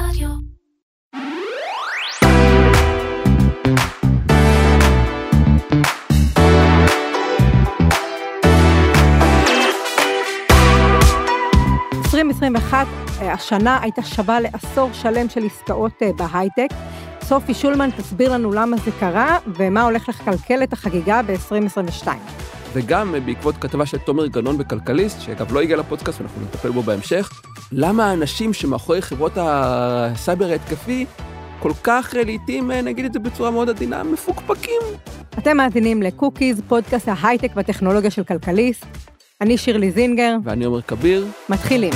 רדיו. השנה הייתה שווה לעשור שלם של עסקאות בהייטק. סופי שולמן תסביר לנו למה זה קרה ומה הולך לקלקל את החגיגה ב-2022. וגם בעקבות כתבה של תומר גנון בכלכליסט, שאגב לא הגיע לפודקאסט ואנחנו נטפל בו בהמשך, למה האנשים שמאחורי חברות הסייבר ההתקפי כל כך לעתים, נגיד את זה בצורה מאוד עדינה, מפוקפקים. אתם מאזינים לקוקיז, פודקאסט ההייטק והטכנולוגיה של כלכליסט. אני שירלי זינגר. ואני עומר כביר. מתחילים.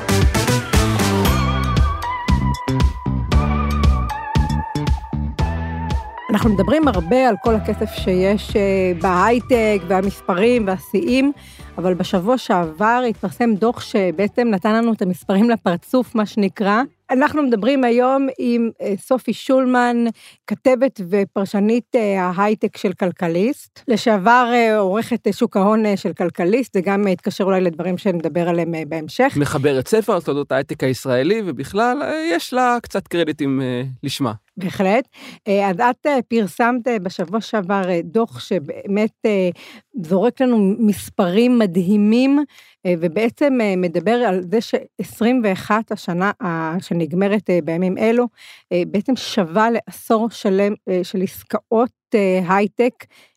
אנחנו מדברים הרבה על כל הכסף שיש בהייטק והמספרים והשיאים, אבל בשבוע שעבר התפרסם דוח שבעצם נתן לנו את המספרים לפרצוף, מה שנקרא. אנחנו מדברים היום עם סופי שולמן, כתבת ופרשנית ההייטק של כלכליסט, לשעבר עורכת שוק ההון של כלכליסט, זה גם התקשר אולי לדברים שנדבר עליהם בהמשך. מחברת ספר על תולדות ההייטק הישראלי, ובכלל יש לה קצת קרדיטים לשמה. בהחלט. אז את פרסמת בשבוע שעבר דוח שבאמת זורק לנו מספרים מדהימים, ובעצם מדבר על זה ש21 השנה שנגמרת בימים אלו, בעצם שווה לעשור שלם של עסקאות הייטק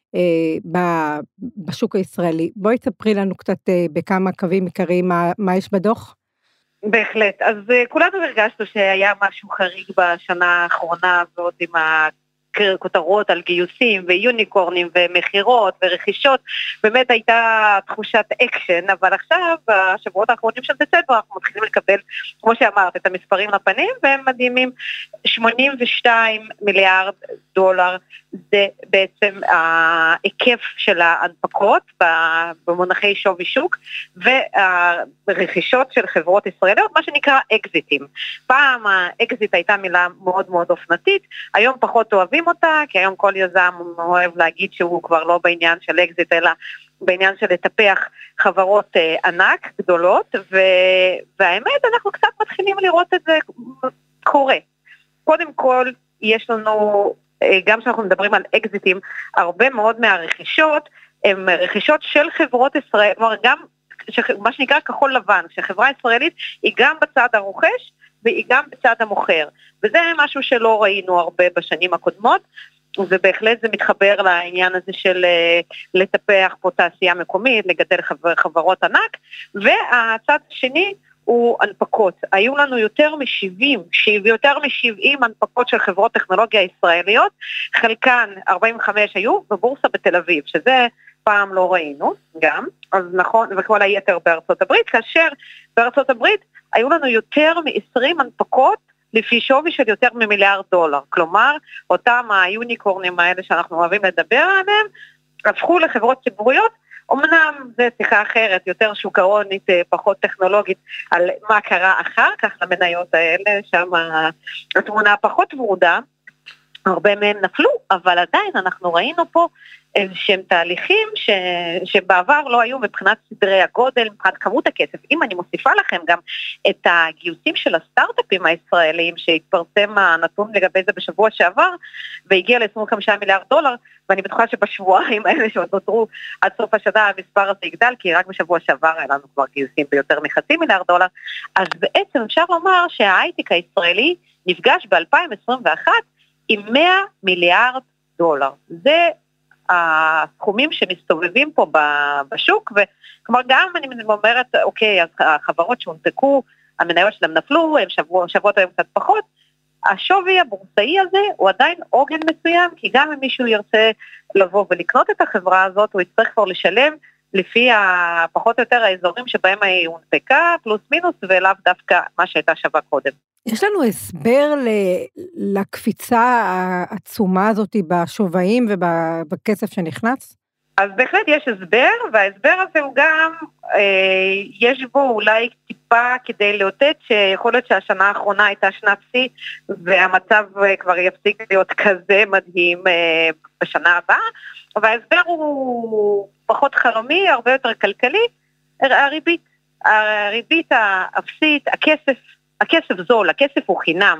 בשוק הישראלי. בואי תספרי לנו קצת בכמה קווים עיקריים מה יש בדוח. בהחלט, אז כולנו הרגשנו שהיה משהו חריג בשנה האחרונה הזאת עם הכותרות על גיוסים ויוניקורנים ומחירות ורכישות, באמת הייתה תחושת אקשן, אבל עכשיו בשבועות האחרונים של דצמבר אנחנו מתחילים לקבל, כמו שאמרת, את המספרים לפנים, והם מדהימים. 82 מיליארד דולר, זה בעצם ההיקף של ההנפקות במונחי שווי שוק, והרכישות של חברות ישראליות, מה שנקרא אקזיטים. פעם האקזיט הייתה מילה מאוד מאוד אופנתית, היום פחות אוהבים אותה, כי היום כל יזם אוהב להגיד שהוא כבר לא בעניין של אקזיט, אלא בעניין של לטפח חברות ענק גדולות, והאמת אנחנו קצת מתחילים לראות את זה קורה. קודם כל יש לנו, גם כשאנחנו מדברים על אקזיטים, הרבה מאוד מהרכישות, הן רכישות של חברות ישראל, כלומר גם מה שנקרא כחול לבן, שחברה ישראלית היא גם בצד הרוכש, והיא גם בצד המוכר, וזה משהו שלא ראינו הרבה בשנים הקודמות, ובהחלט זה מתחבר לעניין הזה של לטפח פה תעשייה מקומית, לגדל חברות ענק, והצד השני הוא הנפקות. היו לנו יותר מ-70 הנפקות של חברות טכנולוגיה ישראליות, חלקן 45 היו בבורסה בתל אביב, שזה פעם לא ראינו גם, אז נכון, וכל היתר בארצות הברית, כאשר בארצות הברית היו לנו יותר מ-20 הנפקות לפי שווי של יותר ממיליארד דולר, כלומר, אותם היוניקורנים האלה שאנחנו אוהבים לדבר עליהם, הפכו לחברות ציבוריות, אמנם זה שיחה אחרת, יותר שוק ההונית, פחות טכנולוגית, על מה קרה אחר כך למניות האלה, שם התמונה פחות ורודה, הרבה מהם נפלו, אבל עדיין אנחנו ראינו פה שהם תהליכים שבעבר לא היו מבחינת סדרי הגודל, מבחינת כמות הכסף. אם אני מוסיפה לכם גם את הגיוסים של הסטארט-אפים הישראליים, שהתפרסם הנתון לגבי זה בשבוע שעבר, והגיע ל-25 מיליארד דולר, ואני בטוחה שבשבועיים האלה שעוד נותרו עד סוף השנה המספר הזה יגדל, כי רק בשבוע שעבר היה לנו כבר גיוסים ביותר מ5 מיליארד דולר, אז בעצם אפשר לומר שההייטק הישראלי נפגש ב-2021 עם 100 מיליארד דולר. זה הסכומים שמסתובבים פה בשוק, וכלומר גם אני אומרת, אוקיי, אז החברות שהונפקו, המניות שלהם נפלו, הם שבועות היום קצת פחות, השווי הבורסאי הזה הוא עדיין עוגן מסוים, כי גם אם מישהו ירצה לבוא ולקנות את החברה הזאת, הוא יצטרך כבר לשלם לפי פחות או יותר האזורים שבהם היא הונפקה, פלוס מינוס, ולאו דווקא מה שהייתה שווה קודם. יש לנו הסבר לקפיצה העצומה הזאת בשוויים ובכסף שנכנס? אז בהחלט יש הסבר, וההסבר הזה הוא גם, יש בו אולי טיפה כדי לאותת שיכול להיות שהשנה האחרונה הייתה שנת שיא, והמצב כבר יפסיק להיות כזה מדהים בשנה הבאה, וההסבר הוא פחות חלומי, הרבה יותר כלכלי, הריבית האפסית, הכסף הכסף זול, הכסף הוא חינם,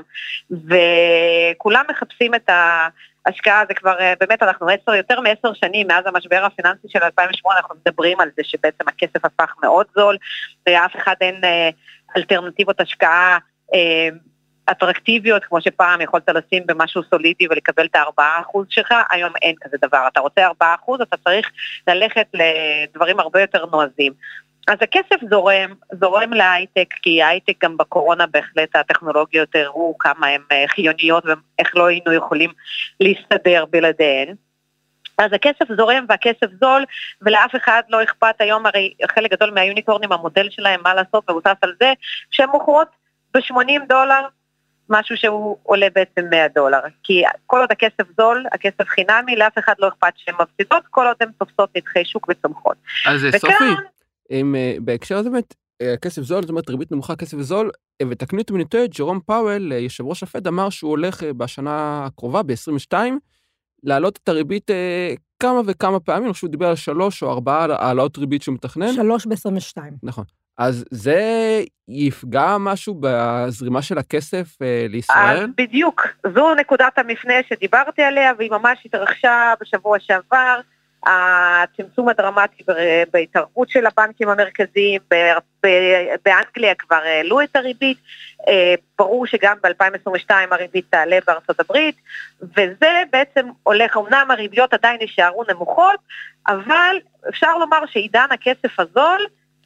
וכולם מחפשים את ההשקעה, זה כבר באמת אנחנו יותר מ10 שנים, מאז המשבר הפיננסי של 2008, אנחנו מדברים על זה שבעצם הכסף הפך מאוד זול, ואף אחד אין אלטרנטיבות השקעה אטרקטיביות, כמו שפעם יכולת לשים במשהו סולידי ולקבל את 4% שלך, היום אין כזה דבר, אתה רוצה 4%, אתה צריך ללכת לדברים הרבה יותר נועזים. אז הכסף זורם להייטק, כי ההייטק גם בקורונה בהחלט הטכנולוגיות הראו כמה הן חיוניות, ואיך לא היינו יכולים להסתדר בלעדיהן. אז הכסף זורם והכסף זול, ולאף אחד לא אכפת היום, הרי חלק גדול מהיוניקורנים, המודל שלהם, מה לעשות, מבוסס על זה, שהן מוכרות $80, משהו שהוא עולה בעצם $100, כי כל עוד הכסף זול, הכסף חינמי, לאף אחד לא אכפת שהן מפסידות, כל עוד הן תופסות נתחי שוק וצומחות. אז סופי, בהקשר הזה באמת, כסף זול, זאת אומרת ריבית נמוכה, כסף זול, ותקנו את מניטויית, ג'רום פאוול, יושב ראש הפד, אמר שהוא הולך בשנה הקרובה, ב-22, להעלות את הריבית כמה וכמה פעמים, אני חושב שהוא דיבר על 3 או 4 העלות ריבית שהוא מתכנן. 3 ב-22. נכון. אז זה יפגע משהו בזרימה של הכסף לישראל? אז בדיוק, זו נקודת המפנה שדיברתי עליה, והיא ממש התרחשה בשבוע שעבר, הצמצום הדרמטי בהתערבות של הבנקים המרכזיים, באנגליה כבר העלו את הריבית, ברור שגם ב-2022 הריבית תעלה בארצות הברית, וזה בעצם הולך, אמנם הריביות עדיין יישארו נמוכות, אבל אפשר לומר שעידן הכסף הזול,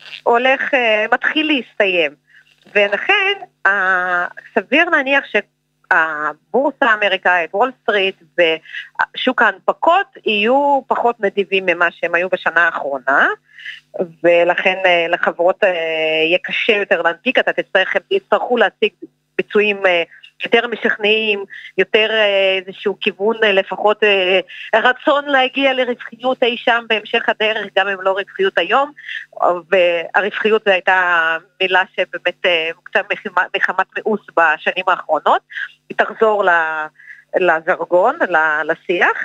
מתחיל להסתיים, ולכן סביר להניח שהבורסה האמריקאית, וול סטריט ושוק ההנפקות יהיו פחות נדיבים ממה שהם היו בשנה האחרונה, ולכן לחברות יהיה קשה יותר להנפיק, יצטרכו להציג ביצועים יותר משכנעים, יותר איזשהו כיוון, לפחות רצון להגיע לרווחיות אי שם בהמשך הדרך, גם אם לא רווחיות היום, והרווחיות זו הייתה מילה שבאמת קצת מחמת מאוס בשנים האחרונות, היא תחזור לזרגון, לשיח,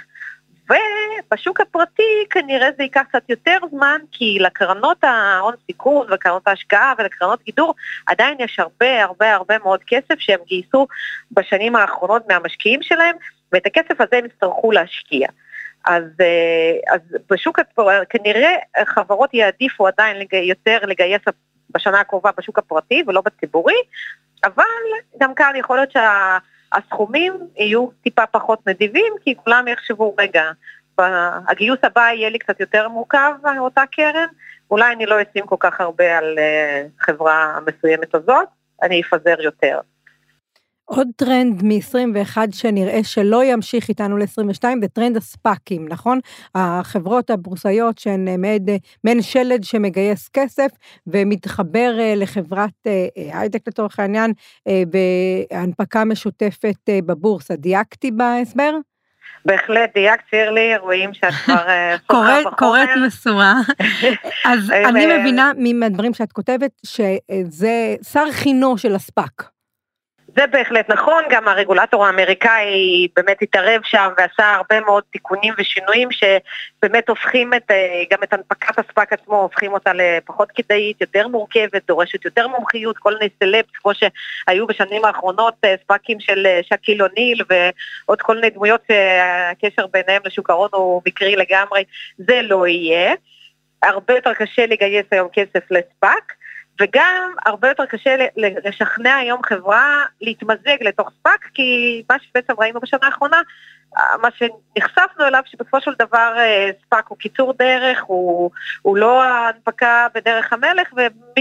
ובשוק הפרטי כנראה זה ייקח קצת יותר זמן, כי לקרנות ההון סיכון וקרנות ההשקעה ולקרנות גידור, עדיין יש הרבה מאוד כסף שהם גייסו בשנים האחרונות מהמשקיעים שלהם, ואת הכסף הזה הם יצטרכו להשקיע. אז בשוק כנראה חברות יעדיפו עדיין יותר לגייס בשנה הקרובה בשוק הפרטי ולא בציבורי, אבל גם כאן יכול להיות הסכומים יהיו טיפה פחות נדיבים, כי כולם יחשבו, רגע, הגיוס הבא יהיה לי קצת יותר מורכב, אותה קרן, אולי אני לא אשים כל כך הרבה על חברה המסוימת הזאת, אני אפזר יותר. עוד טרנד מ-21 שנראה שלא ימשיך איתנו ל-22, זה טרנד הספאקים, נכון? החברות הבורסאיות שהן מעין שלד שמגייס כסף, ומתחבר לחברת הייטק לתוך העניין, בהנפקה משותפת בבורסה. דייקתי בהסבר? בהחלט דייקת, שירלי, רואים שאת כבר קוראת מסורה. אז אני מבינה מהדברים שאת כותבת, שזה שר חינו של הספאק. זה בהחלט נכון, גם הרגולטור האמריקאי באמת התערב שם ועשה הרבה מאוד תיקונים ושינויים שבאמת הופכים גם את הנפקת הספאק עצמו, הופכים אותה לפחות כדאית, יותר מורכבת, דורשת יותר מומחיות, כל מיני סלבס כמו שהיו בשנים האחרונות, ספאקים של שקיל אוניל ועוד כל מיני דמויות שהקשר ביניהם לשוק ההון הוא מקרי לגמרי, זה לא יהיה. הרבה יותר קשה לגייס היום כסף לספאק, וגם הרבה יותר קשה לשכנע היום חברה להתמזג לתוך ספאק, כי מה שבעצם ראינו בשנה האחרונה, מה שנחשפנו אליו שבסופו של דבר ספאק הוא קיצור דרך, הוא לא ההנפקה בדרך המלך,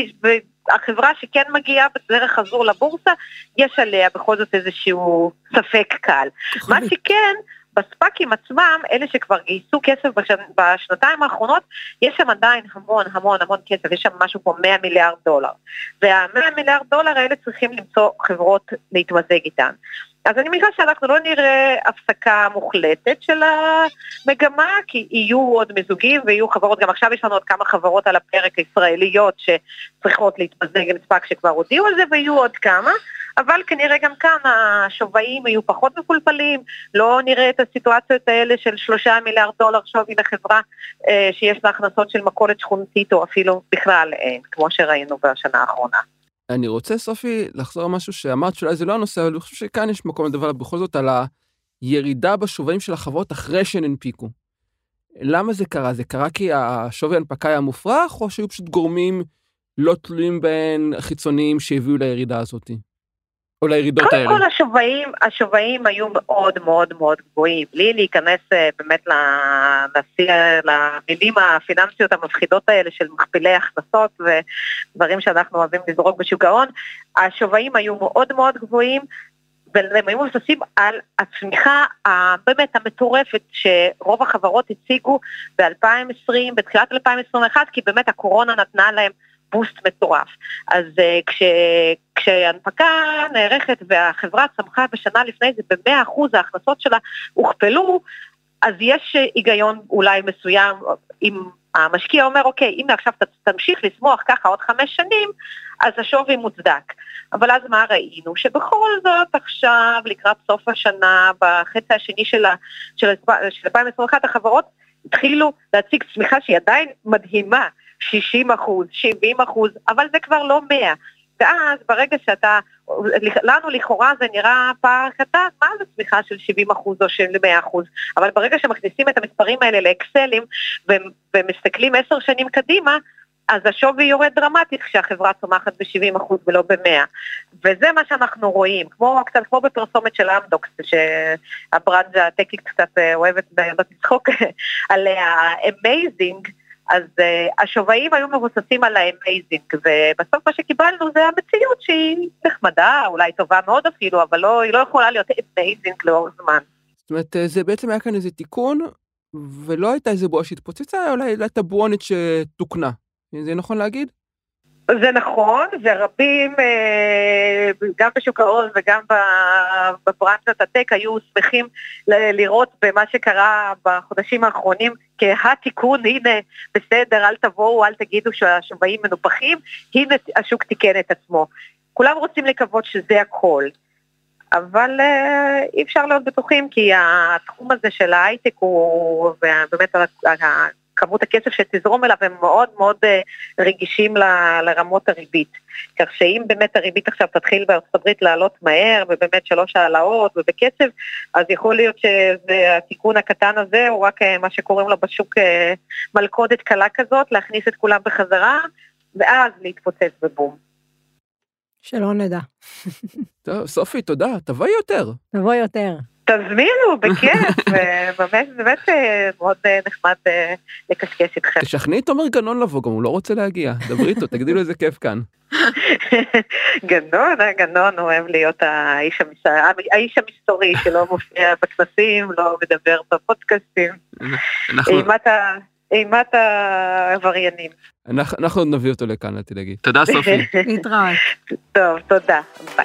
והחברה שכן מגיעה בדרך הזו לבורסה, יש עליה בכל זאת איזשהו ספק קל. מה שכן, בספאקים עצמם, אלה שכבר גייסו כסף בשנתיים האחרונות, יש שם עדיין המון כסף, יש שם משהו כמו $100 מיליארד, וה$100 מיליארד האלה צריכים למצוא חברות להתמזג איתן. אז אני מניחה שאנחנו לא נראה הפסקה מוחלטת של המגמה, כי יהיו עוד מזוגים ויהיו חברות, גם עכשיו יש לנו עוד כמה חברות על הפרק הישראליות שצריכות להתמזג עם ספאק שכבר הודיעו על זה, ויהיו עוד כמה, אבל כנראה גם כאן השווים יהיו פחות מפולפלים, לא נראה את הסיטואציות האלה של $3 מיליארד שווי לחברה שיש לה הכנסות של מכולת שכונתית או אפילו בכלל אין, כמו שראינו בשנה האחרונה. אני רוצה, סופי, לחזור על משהו שאמרת שאולי זה לא הנושא, אבל אני חושב שכאן יש מקום לדבר בכל זאת על הירידה בשווים של החברות אחרי שהן הנפיקו. למה זה קרה? זה קרה כי השווי הנפקה היה מופרך, או שהיו פשוט גורמים לא תלויים בהן חיצוניים שהביאו לירידה הזאת? או לירידות האלה? קודם כל השווים היו מאוד מאוד מאוד גבוהים, בלי להיכנס באמת למילים הפיננסיות המפחידות האלה של מכפילי הכנסות ודברים שאנחנו אוהבים לזרוק בשוק ההון, השווים היו מאוד מאוד גבוהים, והם היו מבוססים על הצמיחה באמת המטורפת שרוב החברות הציגו ב-2020, בתחילת 2021, כי באמת הקורונה נתנה להם בוסט מטורף. אז כשהנפקה נערכת והחברה צמחה בשנה לפני זה ב-100%, ההכנסות שלה הוכפלו, אז יש היגיון אולי מסוים, אם המשקיע אומר, אוקיי, אם עכשיו תמשיך לצמוח ככה עוד 5 שנים, אז השווי מוצדק. אבל אז מה ראינו? שבכל זאת עכשיו, לקראת סוף השנה, בחצי השני של 2021, החברות התחילו להציג צמיחה שהיא עדיין מדהימה, 60%, 70%, אבל זה כבר לא 100. ואז ברגע לנו לכאורה זה נראה פער קטן, מה זה צמיחה של 70% או של 100%? אבל ברגע שמכניסים את המספרים האלה לאקסלים ומסתכלים 10 שנים קדימה, אז השווי יורד דרמטית כשהחברה צומחת ב-70% ולא ב-100. וזה מה שאנחנו רואים, קצת כמו בפרסומת של אמדוקס, שהברנד הטקי קצת אוהבת לצחוק עליה, אמייזינג, אז השווים היו מבוססים על האמייזינג, ובסוף מה שקיבלנו זה המציאות שהיא נחמדה, אולי טובה מאוד אפילו, אבל היא לא יכולה להיות אמייזינג לאורך זמן. זאת אומרת, זה בעצם היה כאן איזה תיקון, ולא הייתה איזה בועה שהתפוצצה, אולי הייתה בועונת שתוקנה. זה נכון להגיד? זה נכון, ורבים, גם בשוק ההון וגם בברנצ'ת הטק, היו שמחים לראות במה שקרה בחודשים האחרונים, כהתיקון, הנה, בסדר, אל תבואו, אל תגידו שהשווים מנופחים, הנה השוק תיקן את עצמו. כולם רוצים לקוות שזה הכל, אבל אי אפשר להיות בטוחים, כי התחום הזה של ההייטק הוא באמת כמות הכסף שתזרום אליו הם מאוד מאוד רגישים לרמות הריבית. כך שאם באמת הריבית עכשיו תתחיל בארצות הברית לעלות מהר, ובאמת 3 העלאות ובקצב, אז יכול להיות שהתיקון הקטן הזה הוא רק מה שקוראים לו בשוק מלכודת קלה כזאת, להכניס את כולם בחזרה, ואז להתפוצץ בבום. שלא נדע. טוב, סופי, תודה, תבואי יותר. תבואי יותר. תזמינו, בכיף, באמת מאוד נחמד לקשקש איתכם. תשכנעי את תומר גנון לבוא, גם הוא לא רוצה להגיע, דברי איתו, תגדי לו איזה כיף כאן. גנון אוהב להיות האיש המסתורי שלא מופיע בכנסים, לא מדבר בפודקאסטים, אימת העבריינים. אנחנו עוד נביא אותו לכאן, תדאגי. תודה סופי. להתראות. טוב, תודה, ביי.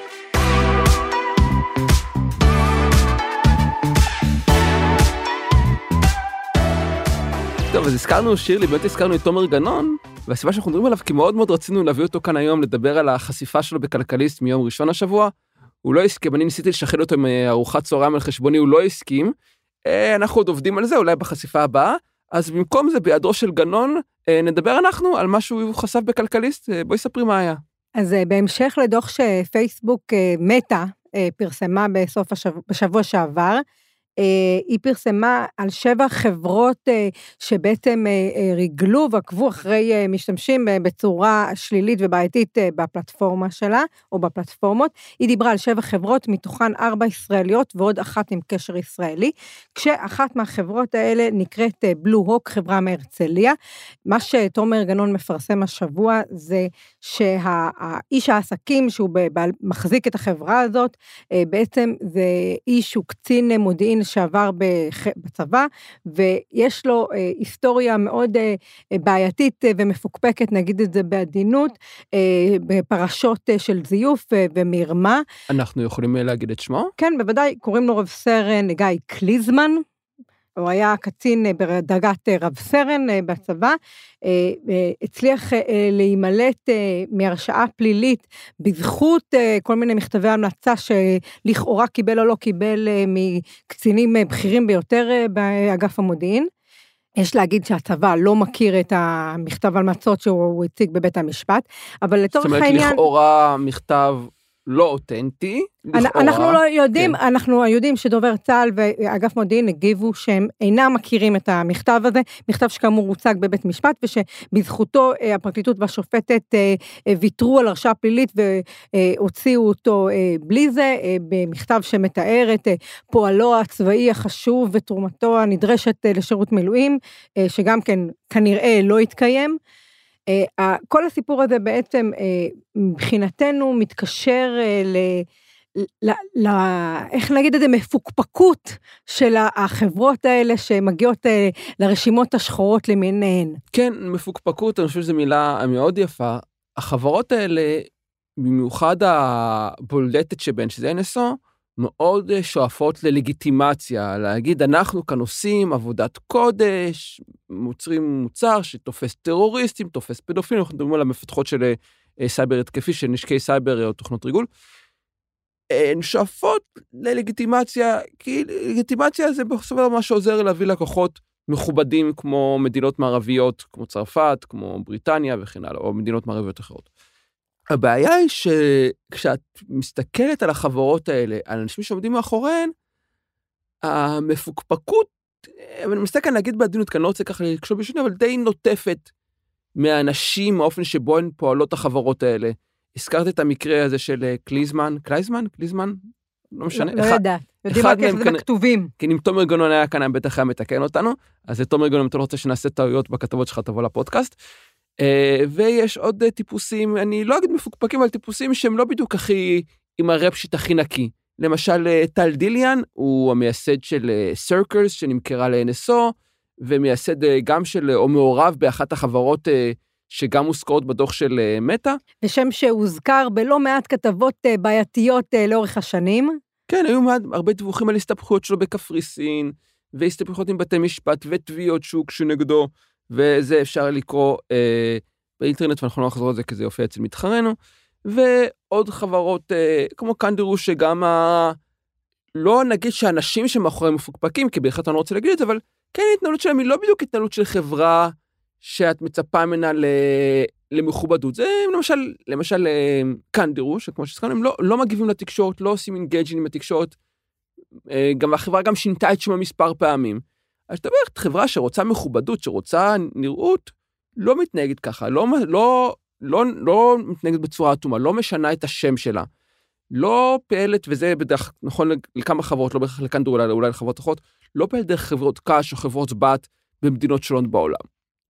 טוב, אז הזכרנו שירלי, באמת הזכרנו את תומר גנון, והסיבה שאנחנו מדברים עליו, כי מאוד מאוד רצינו להביא אותו כאן היום, לדבר על החשיפה שלו בכלכליסט מיום ראשון השבוע, הוא לא הסכים, אני ניסיתי לשחד אותו עם ארוחת צהריים על חשבוני, הוא לא הסכים, אנחנו עוד עובדים על זה, אולי בחשיפה הבאה, אז במקום זה, ביעדרו של גנון, נדבר אנחנו על מה שהוא חשף בכלכליסט, בואי ספרי מה היה. אז בהמשך לדוח שפייסבוק מטא פרסמה בשבוע שעבר, היא פרסמה על 7 חברות שבעצם ריגלו ועקבו אחרי משתמשים בצורה שלילית ובעייתית בפלטפורמה שלה, או בפלטפורמות. היא דיברה על 7 חברות, מתוכן 4 ישראליות ועוד 1 עם קשר ישראלי, כשאחת מהחברות האלה נקראת בלו הוק, חברה מהרצליה. מה שתומר גנון מפרסם השבוע זה שהאיש העסקים שהוא מחזיק את החברה הזאת, בעצם זה איש שהוא קצין מודיעין שעבר בצבא, ויש לו היסטוריה מאוד בעייתית ומפוקפקת, נגיד את זה בעדינות, בפרשות של זיוף ומרמה. אנחנו יכולים להגיד את שמו? כן, בוודאי, קוראים לו רב סרן גיא קליזמן, הוא היה קצין בדרגת רב סרן בצבא, הצליח להימלט מהרשעה פלילית בזכות כל מיני מכתבי המלצה שלכאורה קיבל או לא קיבל מקצינים בכירים ביותר באגף המודיעין. יש להגיד שהצבא לא מכיר את המכתב המצות שהוא הציג בבית המשפט, אבל לצורך העניין... זאת אומרת, לכאורה מכתב לא אותנטי, אנחנו יודעים שדובר צה"ל ואגף מודיעין הגיבו שהם אינם מכירים את המכתב הזה, מכתב שכאמור הוצג בבית משפט, ושבזכותו הפרקליטות והשופטת ויתרו על הרשעה פלילית והוציאו אותו בלי זה, במכתב שמתאר את פועלו הצבאי החשוב ותרומתו הנדרשת לשירות מילואים, שגם כן כנראה לא התקיים. כל הסיפור הזה בעצם מבחינתנו מתקשר איך נגיד את זה, מפוקפקות של החברות האלה שמגיעות לרשימות השחורות למיניהן. כן, מפוקפקות, אני חושב שזו מילה מאוד יפה. החברות האלה, במיוחד הבולטת שבהן, שזה NSO, מאוד שואפות ללגיטימציה, להגיד, אנחנו כאן עושים עבודת קודש, מוצרים מוצר שתופס טרוריסטים, תופס פדופילים, אנחנו מדברים על המפתחות של סייבר התקפי, של נשקי סייבר או תוכנות ריגול, הן שואפות ללגיטימציה, כי לגיטימציה זה בסופו של דבר מה שעוזר להביא לקוחות מכובדים כמו מדינות מערביות, כמו צרפת, כמו בריטניה וכן הלאה, או מדינות מערביות אחרות. הבעיה היא שכשאת מסתכלת על החברות האלה, על אנשים שעומדים מאחוריהן, המפוקפקות, אני מסתכל נגיד בעדינות, כי אני לא רוצה ככה לקשור בשני, אבל די נוטפת מהאנשים, האופן שבו הן פועלות החברות האלה. הזכרת את המקרה הזה של קליזמן, לא משנה. לא יודעת, יודעים רק איך זה בכתובים. כי אם תומר גנון היה כאן, בטח היה מתקן אותנו, אז תומר גנון, אם אתה לא רוצה שנעשה טעויות בכתבות שלך, תבוא לפודקאסט. ויש עוד טיפוסים, אני לא אגיד מפוקפקים, אבל טיפוסים שהם לא בדיוק הכי, עם הרפשיט הכי נקי. למשל, טל דיליאן, הוא המייסד של סרקרס, שנמכרה ל-NSO, ומייסד גם של, או מעורב באחת החברות שגם מוזכרות בדוח של מטא. ושם שהוזכר בלא מעט כתבות בעייתיות לאורך השנים. כן, היו הרבה דיווחים על הסתבכויות שלו בקפריסין, והסתבכויות עם בתי משפט, ותביעות שהוגשו נגדו, וזה אפשר לקרוא באינטרנט, ואנחנו לא נחזור על זה, כי זה יופיע אצל מתחרנו, ועוד חברות כמו קנדרו, שגם לא נגיד שאנשים שמאחוריהם מפוקפקים, כי בהחלט אני לא רוצה להגיד את זה, אבל כן, התנהלות שלהם היא לא בדיוק התנהלות של חברה, שאת מצפה ממנה למכובדות. זה למשל קנדרו, שכמו שסכנו, הם לא מגיבים לתקשורת, לא עושים אינגייג'ין עם התקשורת, גם החברה גם שינתה את שמה מספר פעמים. אז אתה אומר, חברה שרוצה מכובדות, שרוצה נראות, לא מתנהגת ככה, לא מתנהגת בצורה אטומה, לא משנה את השם שלה, לא פעלת, וזה בדרך, נכון לכמה חברות, לא בהכרח לקנדרו, אולי לחברות אחרות, לא פעלת דרך חברות קש או חברות בת במדינות שונות בעולם.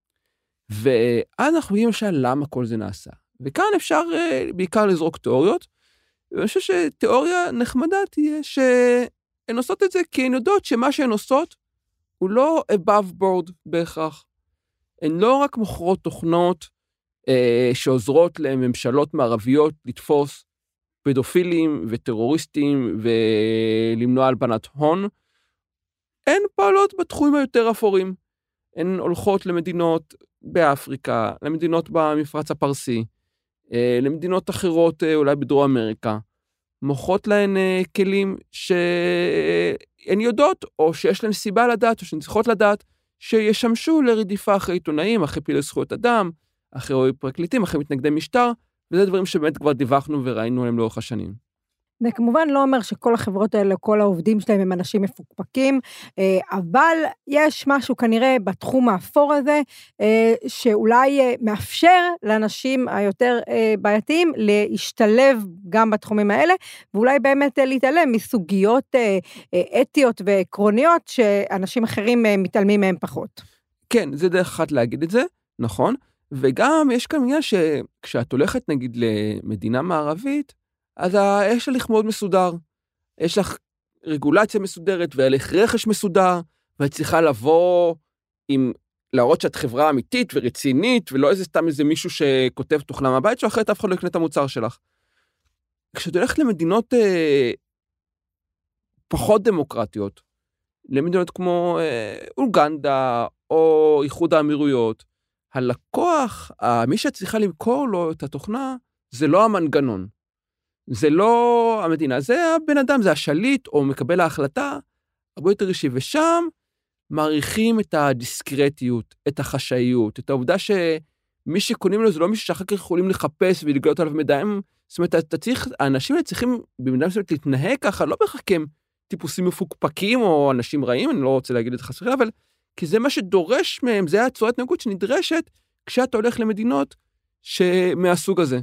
ואז אנחנו רואים למשל למה כל זה נעשה. וכאן אפשר בעיקר לזרוק תיאוריות, ואני חושב שתיאוריה נחמדה תהיה שהן עושות את זה, כי הן יודעות שמה שהן עושות, הוא לא above board בהכרח. הן לא רק מוכרות תוכנות שעוזרות לממשלות מערביות לתפוס פדופילים וטרוריסטים ולמנוע הלבנת הון, הן פועלות בתחומים היותר אפורים. הן הולכות למדינות באפריקה, למדינות במפרץ הפרסי, למדינות אחרות אולי בדרום אמריקה, מוכרות להן כלים שהן יודעות, או שיש להן סיבה לדעת, או שהן צריכות לדעת, שישמשו לרדיפה אחרי עיתונאים, אחרי פעילי זכויות אדם, אחרי פרקליטים, אחרי מתנגדי משטר, וזה דברים שבאמת כבר דיווחנו וראינו עליהם לאורך השנים. זה כמובן לא אומר שכל החברות האלה, כל העובדים שלהם הם אנשים מפוקפקים, אבל יש משהו כנראה בתחום האפור הזה, שאולי מאפשר לאנשים היותר בעייתיים להשתלב גם בתחומים האלה, ואולי באמת להתעלם מסוגיות אתיות ועקרוניות, שאנשים אחרים מתעלמים מהם פחות. כן, זה דרך אחת להגיד את זה, נכון, וגם יש כאן עניין שכשאת הולכת נגיד למדינה מערבית, אז יש הליך מאוד מסודר, יש לך רגולציה מסודרת והליך רכש מסודר, ואת צריכה לבוא להראות שאת חברה אמיתית ורצינית, ולא סתם איזה מישהו שכותב תוכנה מהבית שלו, אחרת אף אחד לא יקנה את המוצר שלך. כשאת הולכת למדינות פחות דמוקרטיות, למדינות כמו אוגנדה או איחוד האמירויות, הלקוח, מי שצריכה למכור לו את התוכנה, זה לא המנגנון. זה לא המדינה, זה הבן אדם, זה השליט או מקבל ההחלטה, הרבה יותר אישי, ושם מעריכים את הדיסקרטיות, את החשאיות, את העובדה שמי שקונים לו זה לא מישהו שאחר כך יכולים לחפש ולגלות עליו מידע. זאת אומרת, האנשים האלה צריכים במידה מסוימת להתנהג ככה, לא בהכרח כי הם טיפוסים מפוקפקים או אנשים רעים, אני לא רוצה להגיד את חס וחלילה, אבל כי זה מה שדורש מהם, זה הצורת התנהגות שנדרשת כשאתה הולך למדינות מהסוג הזה.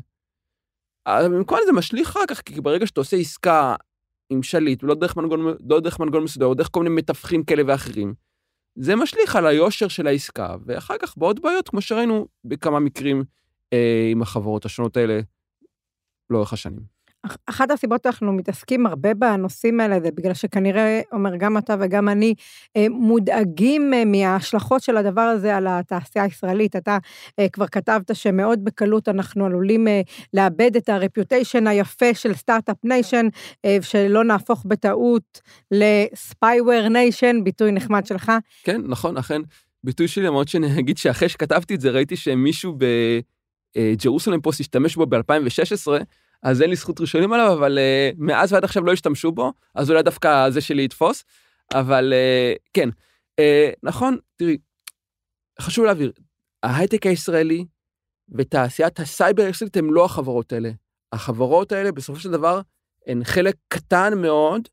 במקום זה משליך אחר כך, כי ברגע שאתה עושה עסקה עם שליט, לא דרך מנגנון מסודר, או דרך כל מיני מתווכים כאלה ואחרים, זה משליך על היושר של העסקה, ואחר כך בעוד בעיות, כמו שראינו בכמה מקרים עם החברות השונות האלה, לאורך השנים. אחת הסיבות אנחנו מתעסקים הרבה בנושאים האלה, זה בגלל שכנראה, אומר, גם אתה וגם אני, מודאגים מההשלכות של הדבר הזה על התעשייה הישראלית. אתה כבר כתבת שמאוד בקלות אנחנו עלולים לאבד את הרפיוטיישן היפה של סטארט-אפ ניישן, שלא נהפוך בטעות לספייוור ניישן, ביטוי נחמד שלך. כן, נכון, אכן, ביטוי שלי, למרות שנגיד שאחרי שכתבתי את זה, ראיתי שמישהו בג'רוסלם פוסט השתמש בו ב-2016, אז אין לי זכות ראשונים עליו, אבל מאז ועד עכשיו לא השתמשו בו, אז אולי דווקא זה שלי יתפוס, אבל כן, נכון, תראי, חשוב להעביר, ההייטק הישראלי ותעשיית הסייבר הישראלית הם לא החברות האלה. החברות האלה בסופו של דבר הן חלק קטן מאוד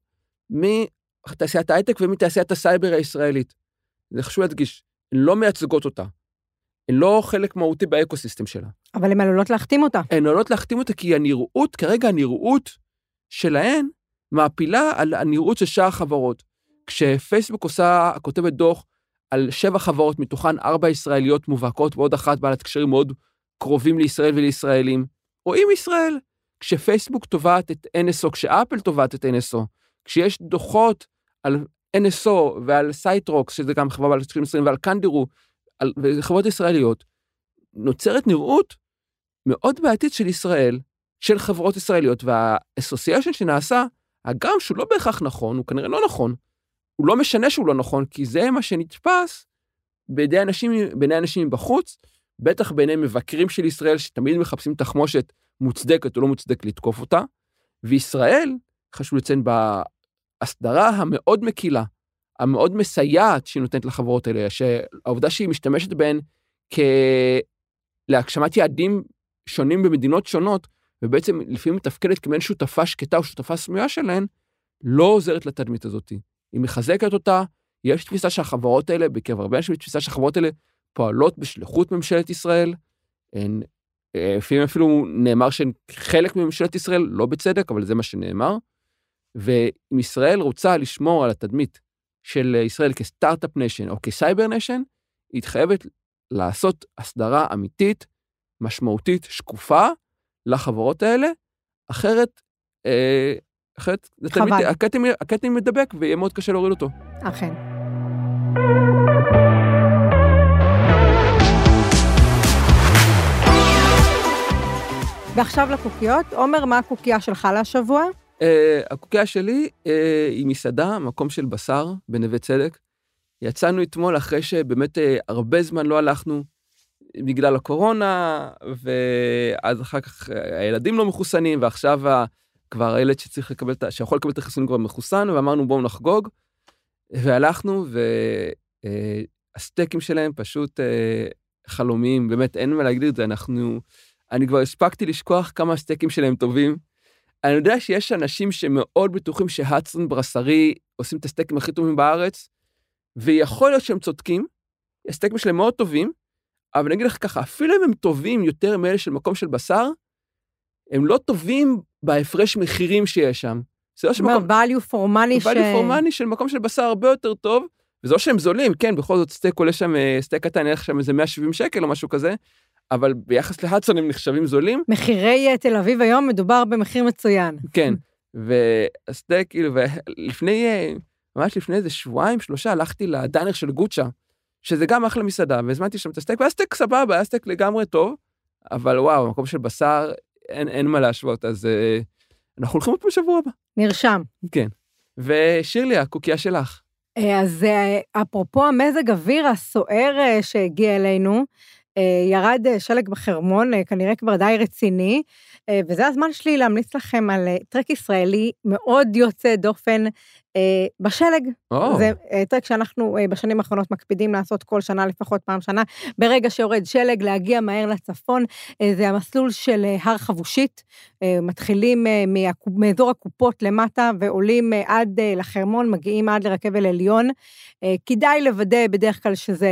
מתעשיית ההייטק ומתעשיית הסייבר הישראלית. זה חשוב להדגיש, הן לא מייצגות אותה. הן לא חלק מהותי באקוסיסטם שלה. אבל הן עלולות להחתים אותה. הן עלולות להחתים אותה כי הנראות, כרגע הנראות שלהן, מעפילה על הנראות של שאר החברות. כשפייסבוק כותבת דוח על 7 חברות, מתוכן 4 ישראליות מובהקות, ועוד אחת בעלת קשרים מאוד קרובים לישראל ולישראלים, רואים ישראל. כשפייסבוק תובעת את NSO, כשאפל תובעת את NSO, כשיש דוחות על NSO ועל סייטרוקס, שזה גם חברה בעלת קשרים ישראלים, ועל קנדירו, וחברות ישראליות, נוצרת נראות מאוד בעתיד של ישראל, של חברות ישראליות, והאסוסיישן שנעשה, הגם שהוא לא בהכרח נכון, הוא כנראה לא נכון, הוא לא משנה שהוא לא נכון, כי זה מה שנתפס בידי אנשים בחוץ, בטח בעיני מבקרים של ישראל, שתמיד מחפשים תחמושת מוצדקת או לא מוצדק לתקוף אותה, וישראל, חשוב לציין בהסדרה המאוד מקילה, המאוד מסייעת שהיא נותנת לחברות האלה, שהעובדה שהיא משתמשת בהן להגשמת יעדים שונים במדינות שונות, ובעצם לפעמים מתפקדת כמעין שותפה שקטה או שותפה סמויה שלהן, לא עוזרת לתדמית הזאת. היא מחזקת אותה, יש תפיסה שהחברות האלה, בקרב הרבה אנשים תפיסה שהחברות האלה פועלות בשליחות ממשלת ישראל, לפעמים אפילו נאמר שהן חלק מממשלת ישראל, לא בצדק, אבל זה מה שנאמר, ואם ישראל רוצה לשמור על התדמית של ישראל כסטארט-אפ ניישן או כסייבר ניישן, היא חייבת לעשות הסדרה אמיתית, משמעותית, שקופה לחברות האלה, אחרת הקטן מדבק ויהיה מאוד קשה להוריד אותו. אכן. ועכשיו לקוקיות. עומר, מה הקוקייה שלך לשבוע? הקוקייה שלי היא מסעדה, מקום של בשר בנווה צדק. יצאנו אתמול אחרי שבאמת הרבה זמן לא הלכנו בגלל הקורונה, ואז אחר כך הילדים לא מחוסנים, ועכשיו כבר הילד שיכול לקבל את החיסון כבר מחוסן, ואמרנו בואו נחגוג, והלכנו, והסטייקים שלהם פשוט חלומיים, באמת אין מה להגיד את זה, אני כבר הספקתי לשכוח כמה הסטייקים שלהם טובים. אני יודע שיש אנשים שמאוד בטוחים שהצרן ברסרי עושים את הסטייקים הכי טובים בארץ, ויכול להיות שהם צודקים, הסטייקים שלהם מאוד טובים, אבל אני אגיד לך ככה, אפילו אם הם טובים יותר מאלה של מקום של בשר, הם לא טובים בהפרש מחירים שיש שם. זה לא שמקום... value for money של מקום של בשר הרבה יותר טוב, וזה לא שהם זולים, כן, בכל זאת סטייק עולה שם, סטייק קטן, נלך שם איזה 170 שקל או משהו כזה, אבל ביחס להצרן הם נחשבים זולים. מחירי תל אביב היום מדובר במחיר מצוין. כן, והסטייק, כאילו, ממש לפני איזה 2-3 הלכתי לדיינר של גוצ'ה, שזה גם אחלה מסעדה, והזמנתי שם את הסטייק, והסטייק סבבה, היה סטייק לגמרי טוב, אבל וואו, במקום של בשר, אין מה להשוות, אז אנחנו הולכים עוד בשבוע הבא. נרשם. כן. ושירלי, הקוקייה שלך. אז אפרופו המזג אוויר הסוער שהגיע אלינו, ירד שלג בחרמון, כנראה כבר די רציני, וזה הזמן שלי להמליץ לכם על טרק ישראלי מאוד יוצא דופן בשלג. זה טרק שאנחנו בשנים האחרונות מקפידים לעשות כל שנה, לפחות פעם שנה, ברגע שיורד שלג, להגיע מהר לצפון, זה המסלול של הר חבושית, מתחילים מאזור הקופות למטה, ועולים עד לחרמון, מגיעים עד לרכבל עליון, כדאי לוודא בדרך כלל שזה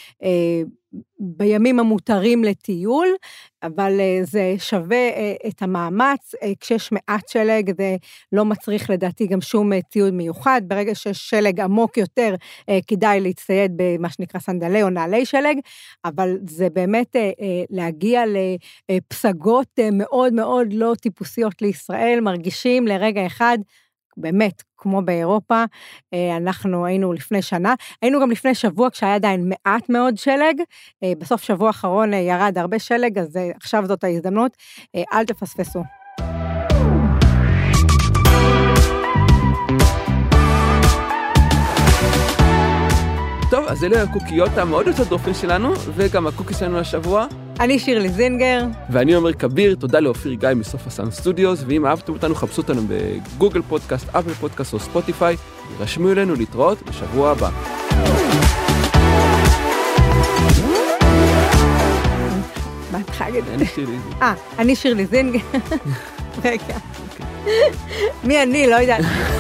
בימים המותרים לטיול, אבל זה שווה את המאמץ, כשיש מעט שלג, זה לא מצריך לדעתי גם שום ציוד מיוחד, ברגע שיש שלג עמוק יותר, כדאי להצטייד במה שנקרא סנדלי או נעלי שלג, אבל זה באמת להגיע לפסגות מאוד מאוד לא טיפוסיות לישראל, מרגישים לרגע אחד, באמת, כמו באירופה, אנחנו היינו לפני שנה, היינו גם לפני שבוע כשהיה עדיין מעט מאוד שלג, בסוף שבוע האחרון ירד הרבה שלג, אז עכשיו זאת ההזדמנות, אל תפספסו. טוב, אז אלה הקוקיות המאוד יוצאות דופן שלנו, וגם הקוקי שלנו לשבוע. אני שירלי זינגר. ואני עומר כביר, תודה לאופיר גיא מסוף הסאונד סטודיוס, ואם אהבתם אותנו, חפשו אותנו בגוגל פודקאסט, אפל פודקאסט או ספוטיפיי, רשמו אלינו להתראות בשבוע הבא. מה את חגת? אני שירלי זינגר. רגע. מי אני? לא יודעת.